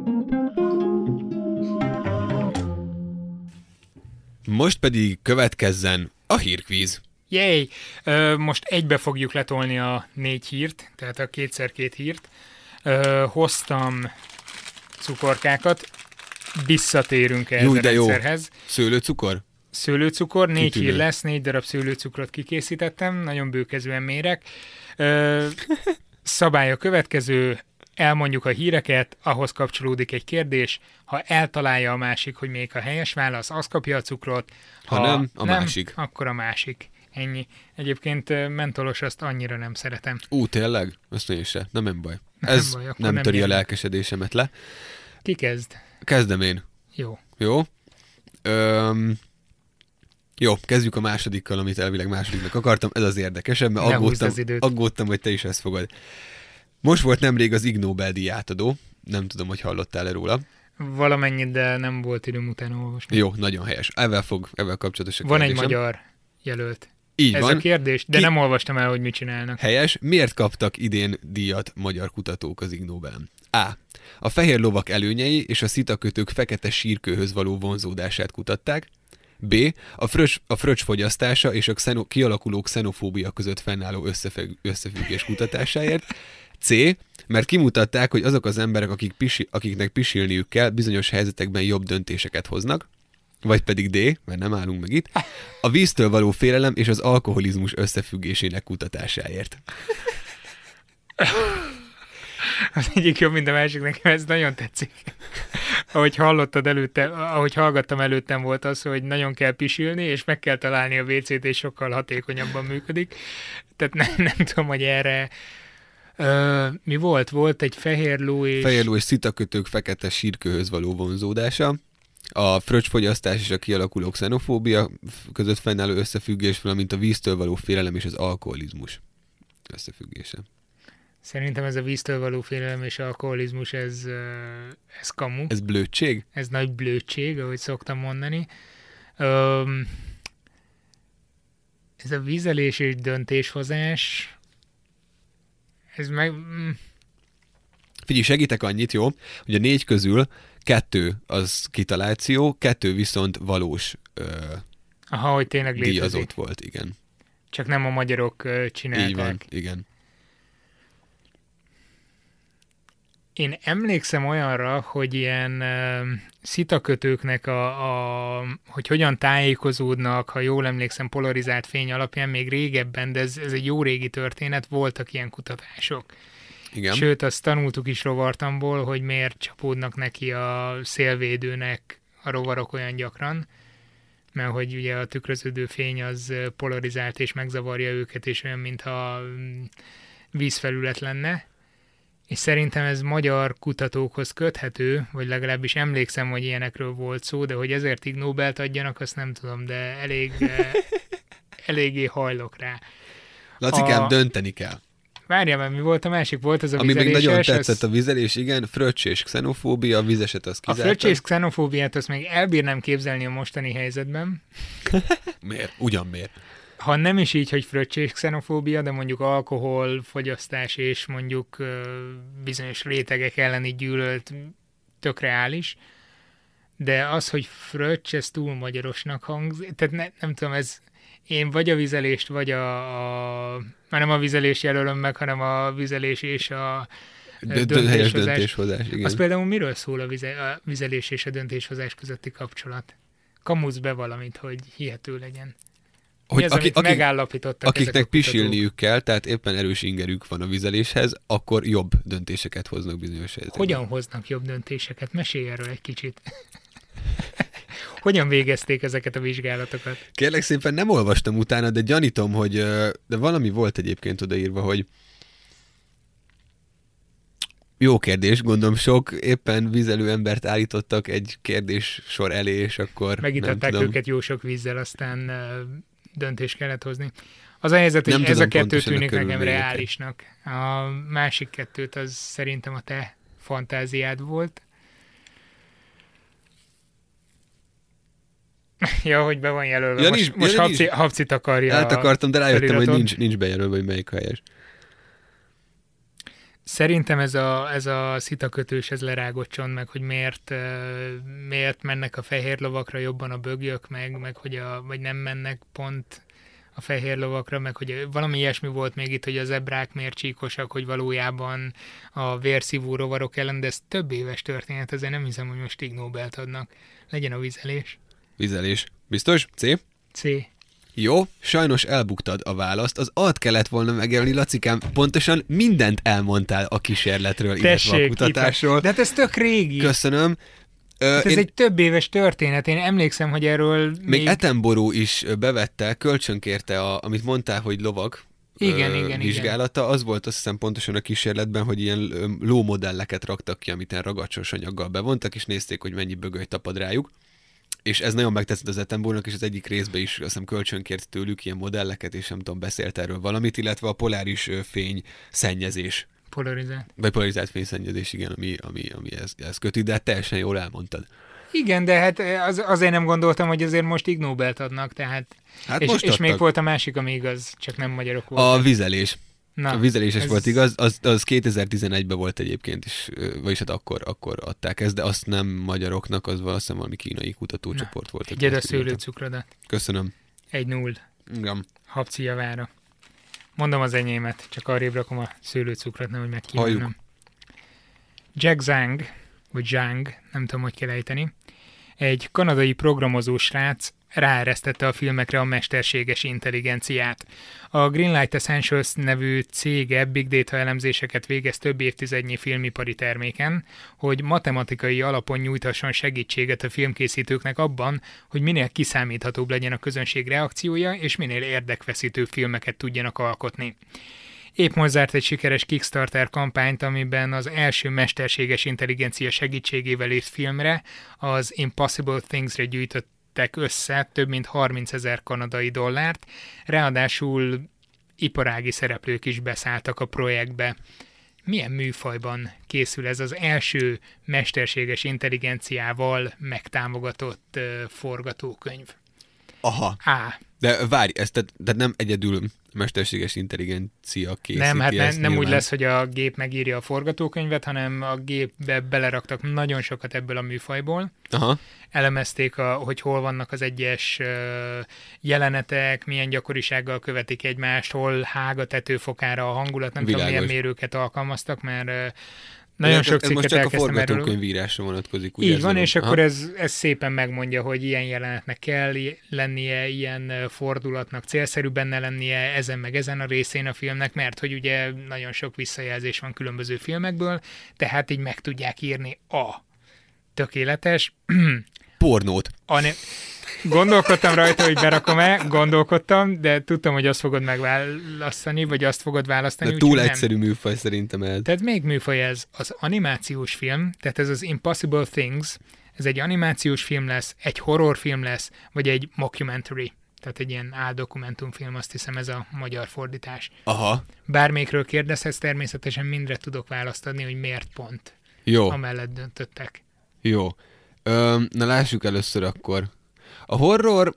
Most pedig következzen a hírkvíz. Jéj! Most egybe fogjuk letolni a négy hírt, tehát a kétszer két hírt. Ö, hoztam cukorkákat, visszatérünk ehhez a rendszerhez. Szőlőcukor? Szőlőcukor, négy Kitűnő. Hír lesz, négy darab szőlőcukrot kikészítettem, nagyon bőkezően mérek. Ö, szabály a következő, elmondjuk a híreket, ahhoz kapcsolódik egy kérdés, ha eltalálja a másik, hogy még a helyes válasz, az kapja a cukrot, ha, ha nem, a nem, másik. Akkor a másik. Ennyi. Egyébként mentolos azt annyira nem szeretem. Ú, tényleg? Azt én se. Nem, nem baj. Ez nem, baj, nem, nem töri a lelkesedésemet le. Ki kezd? Kezdem én. Jó. Jó? Öm... Jó, kezdjük a másodikkal, amit elvileg másodiknak akartam. Ez az érdekesebb, mert aggódtam, aggódtam, hogy te is ezt fogod. Most volt nemrég az Ig Nobel-díj átadó. Nem tudom, hogy hallottál-e róla. Valamennyit, de nem volt időm utána olvasni. Jó, nagyon helyes. Ezzel fog, ezzel kapcsolatos a Van kérdésem. egy magyar jelölt. Így Ez van. a kérdés, de Ki... nem olvastam el, hogy mit csinálnak. Helyes. Miért kaptak idén díjat magyar kutatók az Ig Nobelen? A. A fehér lovak előnyei és a szitakötők fekete sírkőhöz való vonzódását kutatták. B. A fröccs, a fröccs fogyasztása és a xeno, kialakuló xenofóbia között fennálló összefügg, összefüggés kutatásáért. C. Mert kimutatták, hogy azok az emberek, akik pisi, akiknek pisilniük kell, bizonyos helyzetekben jobb döntéseket hoznak. vagy pedig D, mert nem állunk meg itt, a víztől való félelem és az alkoholizmus összefüggésének kutatásáért. Az egyik jobb, mint a másik, nekem ez nagyon tetszik. Ahogy hallottad előtte, ahogy hallgattam előttem volt az, hogy nagyon kell pisilni, és meg kell találni a vécét, és sokkal hatékonyabban működik. Tehát nem, nem tudom, hogy erre ö, mi volt? Volt egy fehér ló és... Fehér ló és szitakötők fekete sírkőhöz való vonzódása, a fröccsfogyasztás és a kialakuló xenofóbia között fennálló összefüggés, valamint a víztől való félelem és az alkoholizmus összefüggése. Szerintem ez a víztől való félelem és alkoholizmus, ez, ez kamu. Ez blödség? Ez nagy blödség, ahogy szoktam mondani. Öm, ez a vízelés és döntéshozás, ez meg... Figyelj, segítek annyit, jó? Hogy a négy közül kettő az kitaláció, kettő viszont valós ö, Aha, hogy tényleg létezik. díjazott volt, igen. Csak nem a magyarok ö, csinálták. Így van, igen. Én emlékszem olyanra, hogy ilyen uh, szitakötőknek a, a, hogy hogyan tájékozódnak, ha jól emlékszem, polarizált fény alapján, még régebben, de ez, ez egy jó régi történet, voltak ilyen kutatások. Igen. Sőt, azt tanultuk is rovartamból, hogy miért csapódnak neki a szélvédőnek a rovarok olyan gyakran, mert hogy ugye a tükröződő fény az polarizált és megzavarja őket, és olyan, mintha vízfelület lenne. És szerintem ez magyar kutatókhoz köthető, vagy legalábbis emlékszem, hogy ilyenekről volt szó, de hogy ezért Ig Nobelt adjanak, azt nem tudom, de elég, eléggé hajlok rá. Lacikám, a... dönteni kell. Várjál, mert mi volt a másik? Volt az a Ami vizeléses? még nagyon tetszett az... a vizelés, igen, fröccs és xenofóbia, a vizeset az kizártam. A fröccs és xenofóbiát azt még elbírnám képzelni a mostani helyzetben. Miért? Ugyan miért? Ha nem is így, hogy fröccs és xenofóbia, de mondjuk alkohol, fogyasztás és mondjuk uh, bizonyos rétegek elleni gyűlölt tök reális, de az, hogy fröccs, ez túl magyarosnak hangzik, tehát ne, nem tudom, ez én vagy a vizelést, vagy a, a már nem a vizelés jelölöm meg, hanem a vizelés és a Dö- döntéshozás. döntéshozás, igen. Az például miről szól a, vize, a vizelés és a döntéshozás közötti kapcsolat? Kamusz be valamit, hogy hihető legyen. Hogy az, aki, akik, megállapítottak akiknek pisilniük kell, tehát éppen erős ingerük van a vizeléshez, akkor jobb döntéseket hoznak bizonyos helyzetekben. Hogyan hoznak jobb döntéseket? Mesélj erről egy kicsit. Hogyan végezték ezeket a vizsgálatokat? Kérlek szépen nem olvastam utána, de gyanítom, hogy de valami volt egyébként odaírva, hogy jó kérdés, gondolom sok éppen vízelő embert állítottak egy kérdés sor elé, és akkor megítatták őket jó sok vízzel, aztán döntést kellett hozni. Az a helyzet, hogy nem ez a kettő tűnik nekem reálisnak. A másik kettőt az szerintem a te fantáziád volt. Ja, hogy be van jelölve. Ja, most nincs, most ja, habci, habcit akarja. Eltakartam, de rájöttem, hogy nincs, nincs bejelölve, hogy melyik helyes. Szerintem ez a, ez a szitakötős, ez lerágott csont meg, hogy miért, miért mennek a fehér lovakra jobban a bögyök, meg, meg hogy a, vagy nem mennek pont a fehér lovakra, meg hogy valami ilyesmi volt még itt, hogy a zebrák miért csíkosak, hogy valójában a vérszívó rovarok ellen, de ez több éves történet, ezért nem hiszem, hogy most Ig Nobelt adnak. Legyen a vizelés. Vizelés. Biztos? C? C. Jó, sajnos elbuktad a választ. Az alt kellett volna megjelölni, Lacikám. Pontosan mindent elmondtál a kísérletről, Tessék, illetve a kutatásról. De hát ez tök régi. Köszönöm. Hát ez én... egy több éves történet. Én emlékszem, hogy erről még... Még Attenborough is bevette, kölcsönkérte, a, amit mondtál, hogy lovag igen, ö, igen, vizsgálata. igen. Az volt azt hiszem pontosan a kísérletben, hogy ilyen lómodelleket raktak ki, amit ilyen ragacsos anyaggal bevontak, és nézték, hogy mennyi bögöly tapad rájuk. És ez nagyon megtetszett az Attenborough-nak, és az egyik részben is azt hiszem kölcsönkért tőlük ilyen modelleket, és nem tudom, beszélt erről valamit, illetve a poláris fény szennyezés. Polarizált. Vagy polarizált fényszennyezés, igen, ami, ami, ami ez, ez köti, de hát teljesen jól elmondtad. Igen, de hát az, azért nem gondoltam, hogy azért most Ig Nobelt adnak, tehát... Hát és, most és még volt a másik, ami igaz, csak nem magyarok volt. A vizelés. Na, a vizeléses ez... volt igaz, az, az kétezer-tizenegyben volt egyébként is, vagyis hát akkor, akkor adták ezt, de azt nem magyaroknak, az valószínűleg valami kínai kutatócsoport volt. Egyed a szőlőcukrodat. Köszönöm. Egy null. Igen. Habci javára. Mondom az enyémet, csak arrébb rakom a szőlőcukrot, nehogy megkívánnom. Jack Zhang, vagy Zhang, nem tudom, hogy kell ejteni. Egy kanadai programozó srác ráeresztette a filmekre a mesterséges intelligenciát. A Greenlight Essentials nevű cége big data elemzéseket végez több évtizednyi filmipari terméken, hogy matematikai alapon nyújtasson segítséget a filmkészítőknek abban, hogy minél kiszámíthatóbb legyen a közönség reakciója, és minél érdekfeszítőbb filmeket tudjanak alkotni. Épp most zárt egy sikeres Kickstarter kampányt, amiben az első mesterséges intelligencia segítségével írt filmre, az Impossible Things-re gyűjtöttek össze több mint harmincezer kanadai dollárt, ráadásul iparági szereplők is beszálltak a projektbe. Milyen műfajban készül ez az első mesterséges intelligenciával megtámogatott uh, forgatókönyv? Aha. A. De várj, ez tehát, tehát nem egyedül mesterséges intelligencia készíti. Nem, hát ne, nem nyilván. úgy lesz, hogy a gép megírja a forgatókönyvet, hanem a gépbe beleraktak nagyon sokat ebből a műfajból. Aha. Elemezték, a, hogy hol vannak az egyes uh, jelenetek, milyen gyakorisággal követik egymást, hol hág a tetőfokára a hangulat, nem Világos. tudom, milyen mérőket alkalmaztak, mert uh, nagyon ez, sok ez cikket most csak a elkezdtem erről. forgatókönyvírásra vonatkozik. Így van, van, és Aha. akkor ez, ez szépen megmondja, hogy ilyen jelenetnek kell lennie, ilyen fordulatnak célszerű benne lennie ezen meg ezen a részén a filmnek, mert hogy ugye nagyon sok visszajelzés van különböző filmekből, tehát így meg tudják írni a tökéletes pornót. A ne- Gondolkodtam rajta, hogy berakom-e, gondolkodtam, de tudtam, hogy azt fogod megválasztani, vagy azt fogod választani. De túl nem. egyszerű műfaj szerintem el. Tehát még műfaj ez az animációs film, tehát ez az Impossible Things, ez egy animációs film lesz, egy horrorfilm lesz, vagy egy mockumentary, tehát egy ilyen áldokumentumfilm, azt hiszem ez a magyar fordítás. Aha. Bármelyikről kérdezhetsz, természetesen mindre tudok választ adni, hogy miért pont. Jó. Amellett döntöttek. Jó. Ö, na lássuk először akkor. A horror,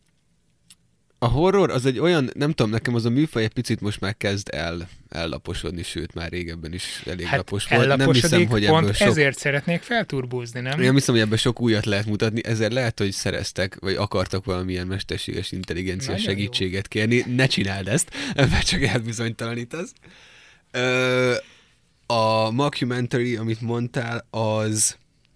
a horror az egy olyan, nem tudom, nekem az a műfaj egy picit most már kezd el, ellaposodni, sőt már régebben is elég hát lapos volt. Nem hiszem, hogy pont ebből sok... ezért szeretnék felturbózni, nem? Nem hiszem, hogy ebből sok újat lehet mutatni, ezért lehet, hogy szereztek, vagy akartak valamilyen mesterséges intelligencia Nagyon segítséget jó. kérni. Ne csináld ezt, ebben csak elbizonytalanítasz. Ö, a mockumentary, amit mondtál, az...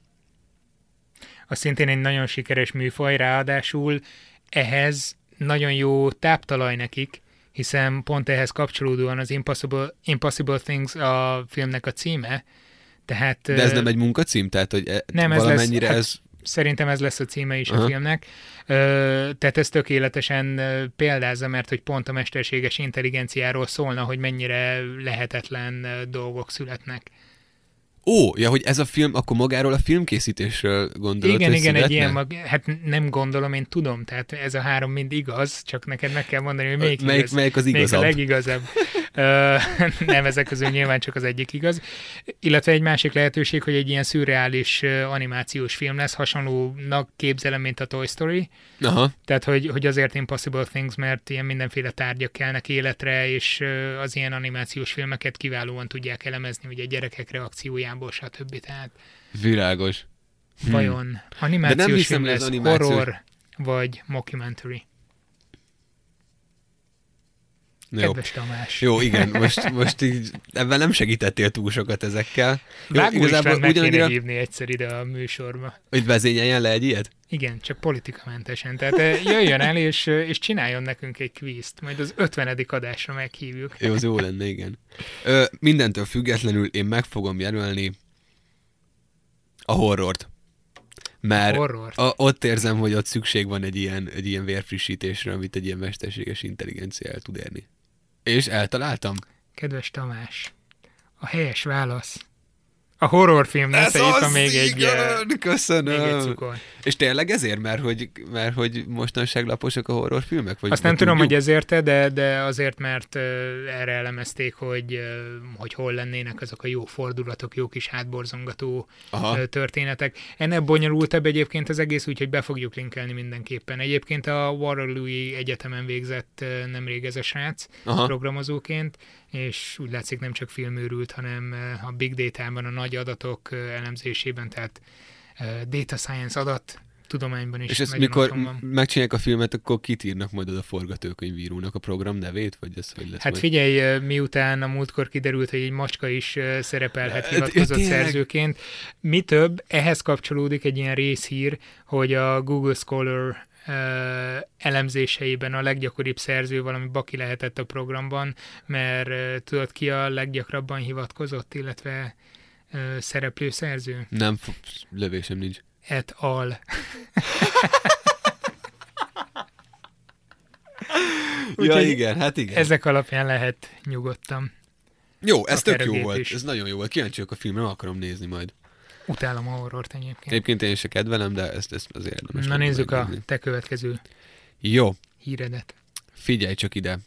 Az szintén egy nagyon sikeres műfaj, ráadásul ehhez nagyon jó táptalaj nekik, hiszen pont ehhez kapcsolódóan az Impossible, Impossible Things a filmnek a címe. Tehát, De ez nem egy munkacím? Tehát, hogy e, nem, ez valamennyire lesz, ez... Hát szerintem ez lesz a címe is Aha. a filmnek. Ö, tehát ez tökéletesen példázza, mert hogy pont a mesterséges intelligenciáról szólna, hogy mennyire lehetetlen dolgok születnek. Ó, ja, hogy ez a film, akkor magáról a filmkészítésről gondolod, igen, hogy igen, születne? egy ilyen, mag... hát nem gondolom, én tudom, tehát ez a három mind igaz, csak neked meg kell mondani, hogy melyik, melyik, igaz. melyik az igazabb? Melyik a legigazabb. Nem, ezek közül nyilván csak az egyik igaz. Illetve egy másik lehetőség, hogy egy ilyen szürreális animációs film lesz, hasonlónak képzelem, mint a Toy Story. Aha. Tehát, hogy, hogy azért Impossible Things, mert ilyen mindenféle tárgyak kelnek életre, és az ilyen animációs filmeket kiválóan tudják elemezni, ugye gyerekek reakciójából, stb. Tehát Világos. vajon Hmm. animációs film hogy az lesz, animációs... horror vagy mockumentary? Jó. Kedves Tamás. Jó, igen, most, most így ebben nem segítettél túl sokat ezekkel. Vágó István meg kéne ugyanannyira... hívni egyszer ide a műsorba. Hogy vezényeljen le egy ilyet? Igen, csak politikamentesen. Tehát jöjjön el, és, és csináljon nekünk egy kvízt. Majd az ötvenedik adásra meghívjuk. Jó, az jó lenne, igen. Ö, mindentől függetlenül én meg fogom jelölni a horrort. Mert horrort. A, ott érzem, hogy ott szükség van egy ilyen, egy ilyen vérfrissítésre, amit egy ilyen mesterséges intelligencia el tud érni. És eltaláltam? Kedves Tamás, a helyes válasz a horrorfilm lesz, itt van még egy, igen, köszönöm. még egy cukor. És tényleg ezért, mert hogy, mert hogy mostanság laposak a horrorfilmek? Vagy azt nem tudjuk? tudom, hogy ezért, de, de azért, mert uh, erre elemezték, hogy, uh, hogy hol lennének azok a jó fordulatok, jó kis hátborzongató uh, történetek. Ennek bonyolultabb egyébként az egész, úgyhogy be fogjuk linkelni mindenképpen. Egyébként a Waterloo-i Egyetemen végzett uh, nemrég ez a srác Aha. programozóként, és úgy látszik nem csak filmőrült, hanem a big data-ban, a nagy adatok elemzésében, tehát data science adat tudományban is. És ezt mikor megcsinálják a filmet, akkor kit írnak majd oda forgatókönyvírónak, a program nevét? Vagy ez hogy lesz? Hát figyelj, miután a múltkor kiderült, hogy egy macska is szerepelhet hivatkozott szerzőként. Mi több, ehhez kapcsolódik egy ilyen részhír, hogy a Google Scholar elemzéseiben a leggyakoribb szerző valami baki lehetett a programban, mert tudod ki a leggyakrabban hivatkozott, illetve szereplő szerző? Nem, lövésem nincs. Et al. Ja, igen, hát igen. Ezek alapján lehet nyugodtan. Jó, ez tök jó volt. Is. Ez nagyon jó volt. Kíváncsi vagyok a filmre, nem akarom nézni majd. Utálom a horrort egyébként. Egyébként én se kedvelem, de ezt, ezt az érdemes. Na nézzük a te következő jó híredet. Figyelj csak ide.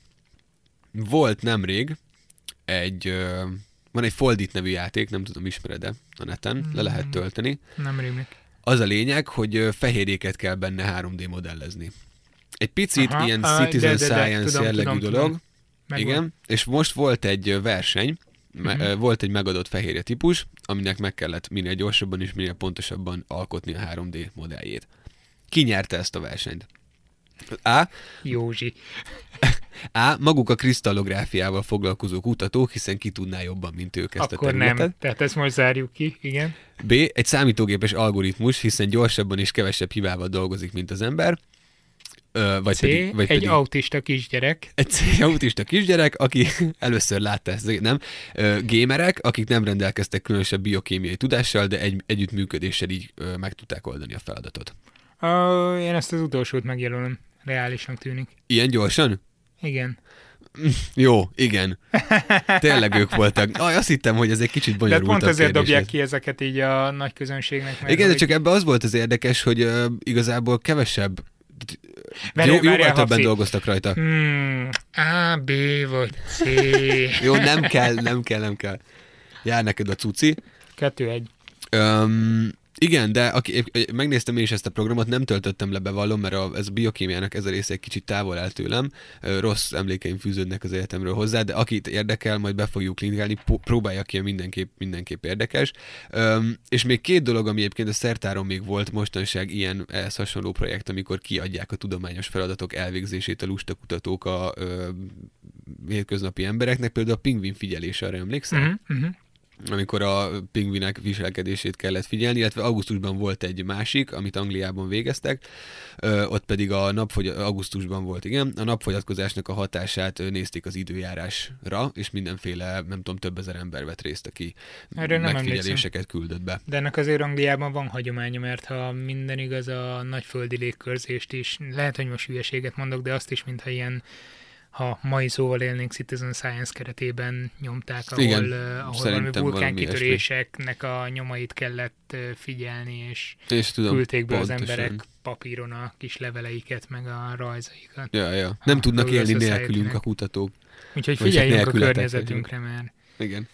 Volt nemrég egy... Van egy Foldit nevű játék, nem tudom, ismered-e a neten, mm. le lehet tölteni. Nem rémlik. Az a lényeg, hogy fehérjéket kell benne három dé modellezni. Egy picit Aha, ilyen a, Citizen de, de, de, Science tudom, jellegű tudom, dolog. Tudom. Igen, volt. És most volt egy verseny, uh-huh. volt egy megadott fehérje típus, aminek meg kellett minél gyorsabban és minél pontosabban alkotni a három dé modelljét. Ki nyerte ezt a versenyt? A. Józsi. A. Maguk a krisztallográfiával foglalkozó kutatók, hiszen ki tudná jobban, mint ők ezt Akkor a területet. nem, tehát ezt most zárjuk ki, igen. B. Egy számítógépes algoritmus, hiszen gyorsabban és kevesebb hibával dolgozik, mint az ember. Ö, vagy C. pedig, vagy egy pedig autista kisgyerek. Egy C. autista kisgyerek, aki először látta ezt, nem? Ö, gamerek, akik nem rendelkeztek különösebb biokémiai tudással, de egy, együttműködéssel így ö, meg tudták oldani a feladatot. Uh, én ezt az utolsót megjelölöm. Reálisnak tűnik. Ilyen gyorsan? Igen. Jó, igen. Tényleg ők voltak. Aj, azt hittem, hogy ez egy kicsit bonyolultabb kérdés. De pont ezért dobják ki ezeket így a nagy közönségnek. Igen, de csak ebben az volt az érdekes, hogy uh, igazából kevesebb Várjál, jó, jóval várjál, többen Hapsi. dolgoztak rajta. Hmm, A, B vagy C. Jó, nem kell, nem kell, nem kell. Jár neked a cuci. Kettő egy. Um, igen, de aki, megnéztem én is ezt a programot, nem töltöttem le, bevallom, mert a, ez a biokémiának ez a része egy kicsit távol áll tőlem. Rossz emlékeim fűződnek az életemről hozzá, de akit érdekel, majd be fogjuk linkálni, próbálja ki, mindenképp, mindenképp érdekes. Um, és még két dolog, ami egyébként a szertáron még volt mostanság ilyen ehhez hasonló projekt, amikor kiadják a tudományos feladatok elvégzését a lusta kutatók a ö, hétköznapi embereknek, például a pingvin figyelés, arra emlékszel? Uh-huh, uh-huh. Amikor a pingvinek viselkedését kellett figyelni, illetve augusztusban volt egy másik, amit Angliában végeztek, ö, ott pedig a napfogy... augusztusban volt, igen, a napfogyatkozásnak a hatását nézték az időjárásra, és mindenféle, nem tudom, több ezer ember vett részt, aki erre megfigyeléseket küldött be. De ennek azért Angliában van hagyománya, mert ha minden igaz, a nagyföldi légkörzést is, lehet, hogy most hülyeséget mondok, de azt is, mintha ilyen, ha mai szóval élnénk, Citizen Science keretében nyomták, ahol, igen, uh, ahol valami vulkánkitöréseknek a nyomait kellett uh, figyelni, és, és tudom, küldték be pontosan az emberek papíron a kis leveleiket, meg a rajzaikat. Ja, ja. Nem a tudnak élni nélkülünk a kutatók. Úgyhogy figyeljünk a környezetünkre, mert... Igen.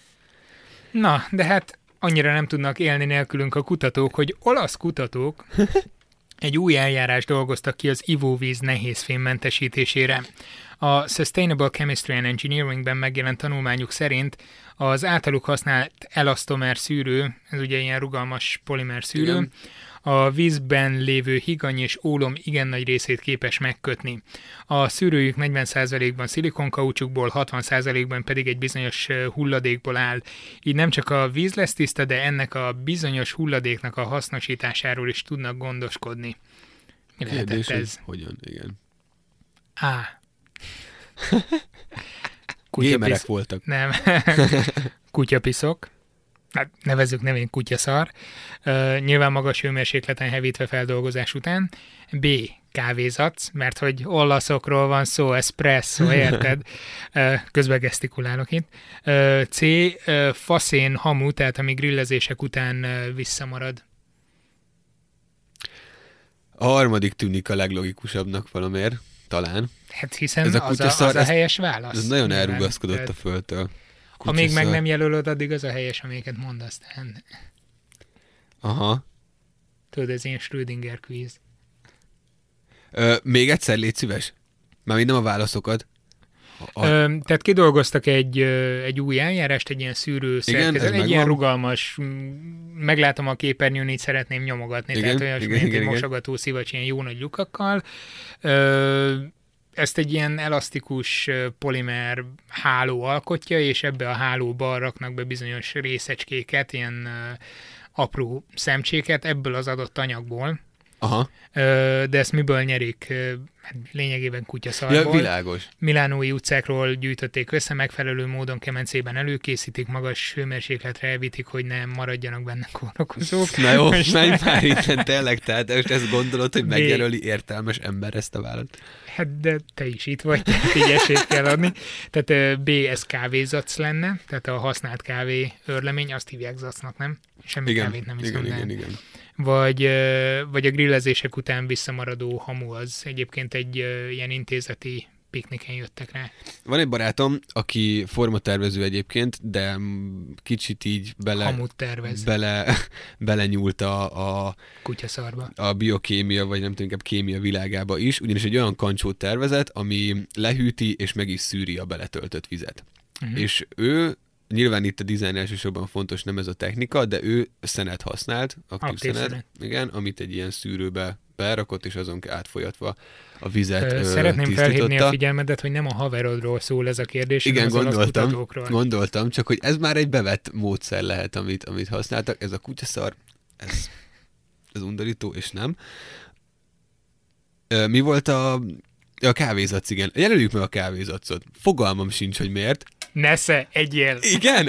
Na, de hát annyira nem tudnak élni nélkülünk a kutatók, hogy olasz kutatók egy új eljárást dolgoztak ki az ivóvíz nehézfémmentesítésére. A Sustainable Chemistry and Engineeringben megjelent tanulmányuk szerint az általuk használt elasztomer szűrő, ez ugye ilyen rugalmas polimer szűrő, igen, a vízben lévő higany és ólom igen nagy részét képes megkötni. A szűrőjük negyven százalékban szilikonkaucsukból, hatvan százalékban pedig egy bizonyos hulladékból áll. Így nem csak a víz lesz tiszta, de ennek a bizonyos hulladéknak a hasznosításáról is tudnak gondoskodni. Mi lehetett ez? Hogyan, igen. A. Gémerek voltak. Nem. Kutyapiszok. Hát nevezzük nevén kutyaszar. Uh, nyilván magas hőmérsékleten hevítve feldolgozás után. B. Kávézatsz, mert hogy olaszokról van szó, espresso, érted? Uh, közben gesztikulálok itt. Uh, C. Uh, faszén hamu, tehát ami grillezések után uh, visszamarad. A harmadik tűnik a leglogikusabbnak valamiért, talán. Hát hiszen ez a az, a, az a helyes válasz. Ez nagyon elrugaszkodott tehát a földtől. Amíg meg nem jelölöd, addig az a helyes, amiket mondasz. Tehát. Aha. Tudod, ez ilyen Schrödinger quiz. Ö, még egyszer légy szíves. Mármint nem a válaszokat. A... Ö, tehát kidolgoztak egy, egy új eljárást, egy ilyen szűrő szerkezet, egy megvan. Ilyen rugalmas, meglátom a képernyőn, így szeretném nyomogatni, igen, tehát olyan, igen, mint igen, egy igen. mosogató szivacs, ilyen jó nagy lyukakkal. Ö, ezt egy ilyen elasztikus polimer háló alkotja, és ebbe a hálóba raknak be bizonyos részecskéket, ilyen apró szemcséket ebből az adott anyagból. Aha. De ezt miből nyerik? Lényegében kutyaszarból. Ja, világos. Milánói utcákról gyűjtötték össze, megfelelő módon kemencében előkészítik, magas hőmérsékletre elvitik, hogy ne maradjanak benne kórokozók. Na jó, menj már innen tényleg, tehát ezt gondolod, hogy megjelöli értelmes ember ezt a vállalat. Hát de te is itt vagy, tehát így esélyt kell adni. Tehát B, ez kávézac lenne, tehát a használt kávé örlemény, azt hívják zacnak, nem? Semmi igen, kávét nem iszom, igen, igen, igen. Vagy, vagy a grillezések után visszamaradó hamu, az egyébként egy ilyen intézeti pikniken jöttek rá. Van egy barátom, aki formatervező egyébként, de kicsit így bele, hamut tervez. bele, bele nyúlt a, a, kutyaszarba. A biokémia, vagy nem tudom, inkább kémia világába is, ugyanis egy olyan kancsót tervezett, ami lehűti és meg is szűri a beletöltött vizet. Uh-huh. És ő nyilván itt a design elsősorban fontos, nem ez a technika, de ő szenet használt, aktív, aktív szenet, szenet, igen, amit egy ilyen szűrőbe berakott, és azon átfolyatva a vizet ö, Szeretném felhívni a figyelmedet, hogy nem a haverodról szól ez a kérdés, igen, gondoltam, gondoltam, csak hogy ez már egy bevett módszer lehet, amit, amit használtak. Ez a kutyaszar, ez, ez undorító, és nem. Mi volt a, a kávézac, igen. Jelöljük meg a kávézacot. Fogalmam sincs, hogy miért. Nesze, egyél. Igen?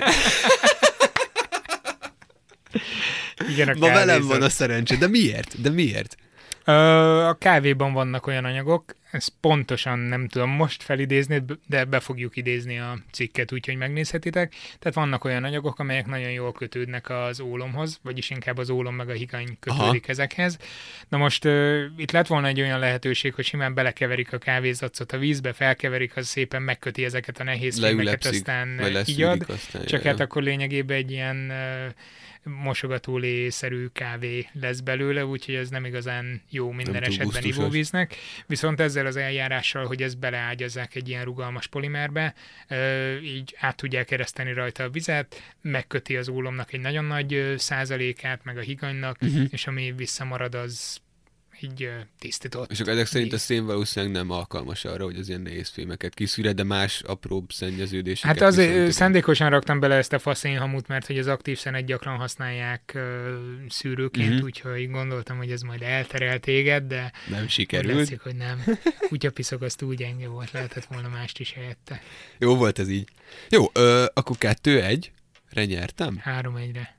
Igen, a ma velem van a szerencsé. De miért? De miért? A kávéban vannak olyan anyagok, ezt pontosan nem tudom most felidézni, de be fogjuk idézni a cikket, úgyhogy megnézhetitek. Tehát vannak olyan anyagok, amelyek nagyon jól kötődnek az ólomhoz, vagyis inkább az ólom meg a higany kötődik Aha. ezekhez. Na most uh, itt lett volna egy olyan lehetőség, hogy simán belekeverik a kávézacot a vízbe, felkeverik, az szépen megköti ezeket a nehéz fémeket, aztán igyad. Aztán csak jaj. Hát akkor lényegében egy ilyen uh, mosogatólé-szerű kávé lesz belőle, úgyhogy ez nem igazán jó minden nem esetben ivóvíznek. Viszont ezzel az eljárással, hogy ezt beleágyazzák egy ilyen rugalmas polimerbe, így át tudják ereszteni rajta a vizet, megköti az ólomnak egy nagyon nagy százalékát, meg a higanynak, uh-huh. és ami visszamarad, az így tisztított. És akkor ezek szerint a szén valószínűleg nem alkalmas arra, hogy az ilyen nehéz fémeket kiszűrje, de más apróbb szennyeződéseket. Hát azért szándékosan raktam bele ezt a faszénhamut, mert hogy az aktív szenet gyakran használják uh, szűrőként, uh-huh. úgyhogy gondoltam, hogy ez majd elterel téged, de nem sikerült. Látszik, hogy nem. Kutyapiszok az túl gyenge volt, lehetett volna mást is helyette. Jó volt ez így. Jó, ö, akkor kettő egyre nyertem? Három egyre.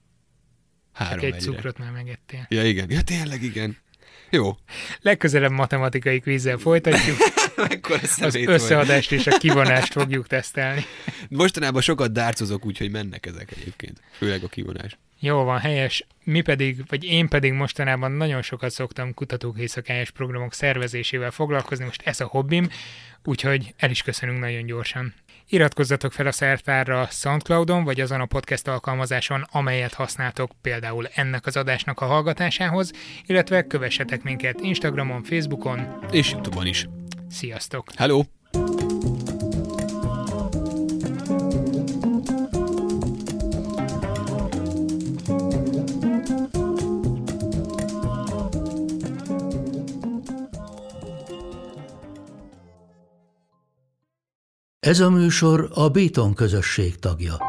Három Csak egy egyre. cukrot már megettél. Ja, igen. Ja, tényleg, igen. Jó. Legközelebb matematikai kvízzel folytatjuk. Az összeadást és a kivonást fogjuk tesztelni. Mostanában sokat dárcozok, úgyhogy mennek ezek egyébként. Főleg a kivonás. Jó van, helyes. Mi pedig, vagy én pedig mostanában nagyon sokat szoktam kutatók éjszakájás programok szervezésével foglalkozni, most ez a hobbim, úgyhogy el is köszönünk nagyon gyorsan. Iratkozzatok fel a Szertárra SoundCloudon, vagy azon a podcast alkalmazáson, amelyet használtok például ennek az adásnak a hallgatásához, illetve kövessetek minket Instagramon, Facebookon és YouTube-on is. Sziasztok! Hello! Ez a műsor a Béton közösség tagja.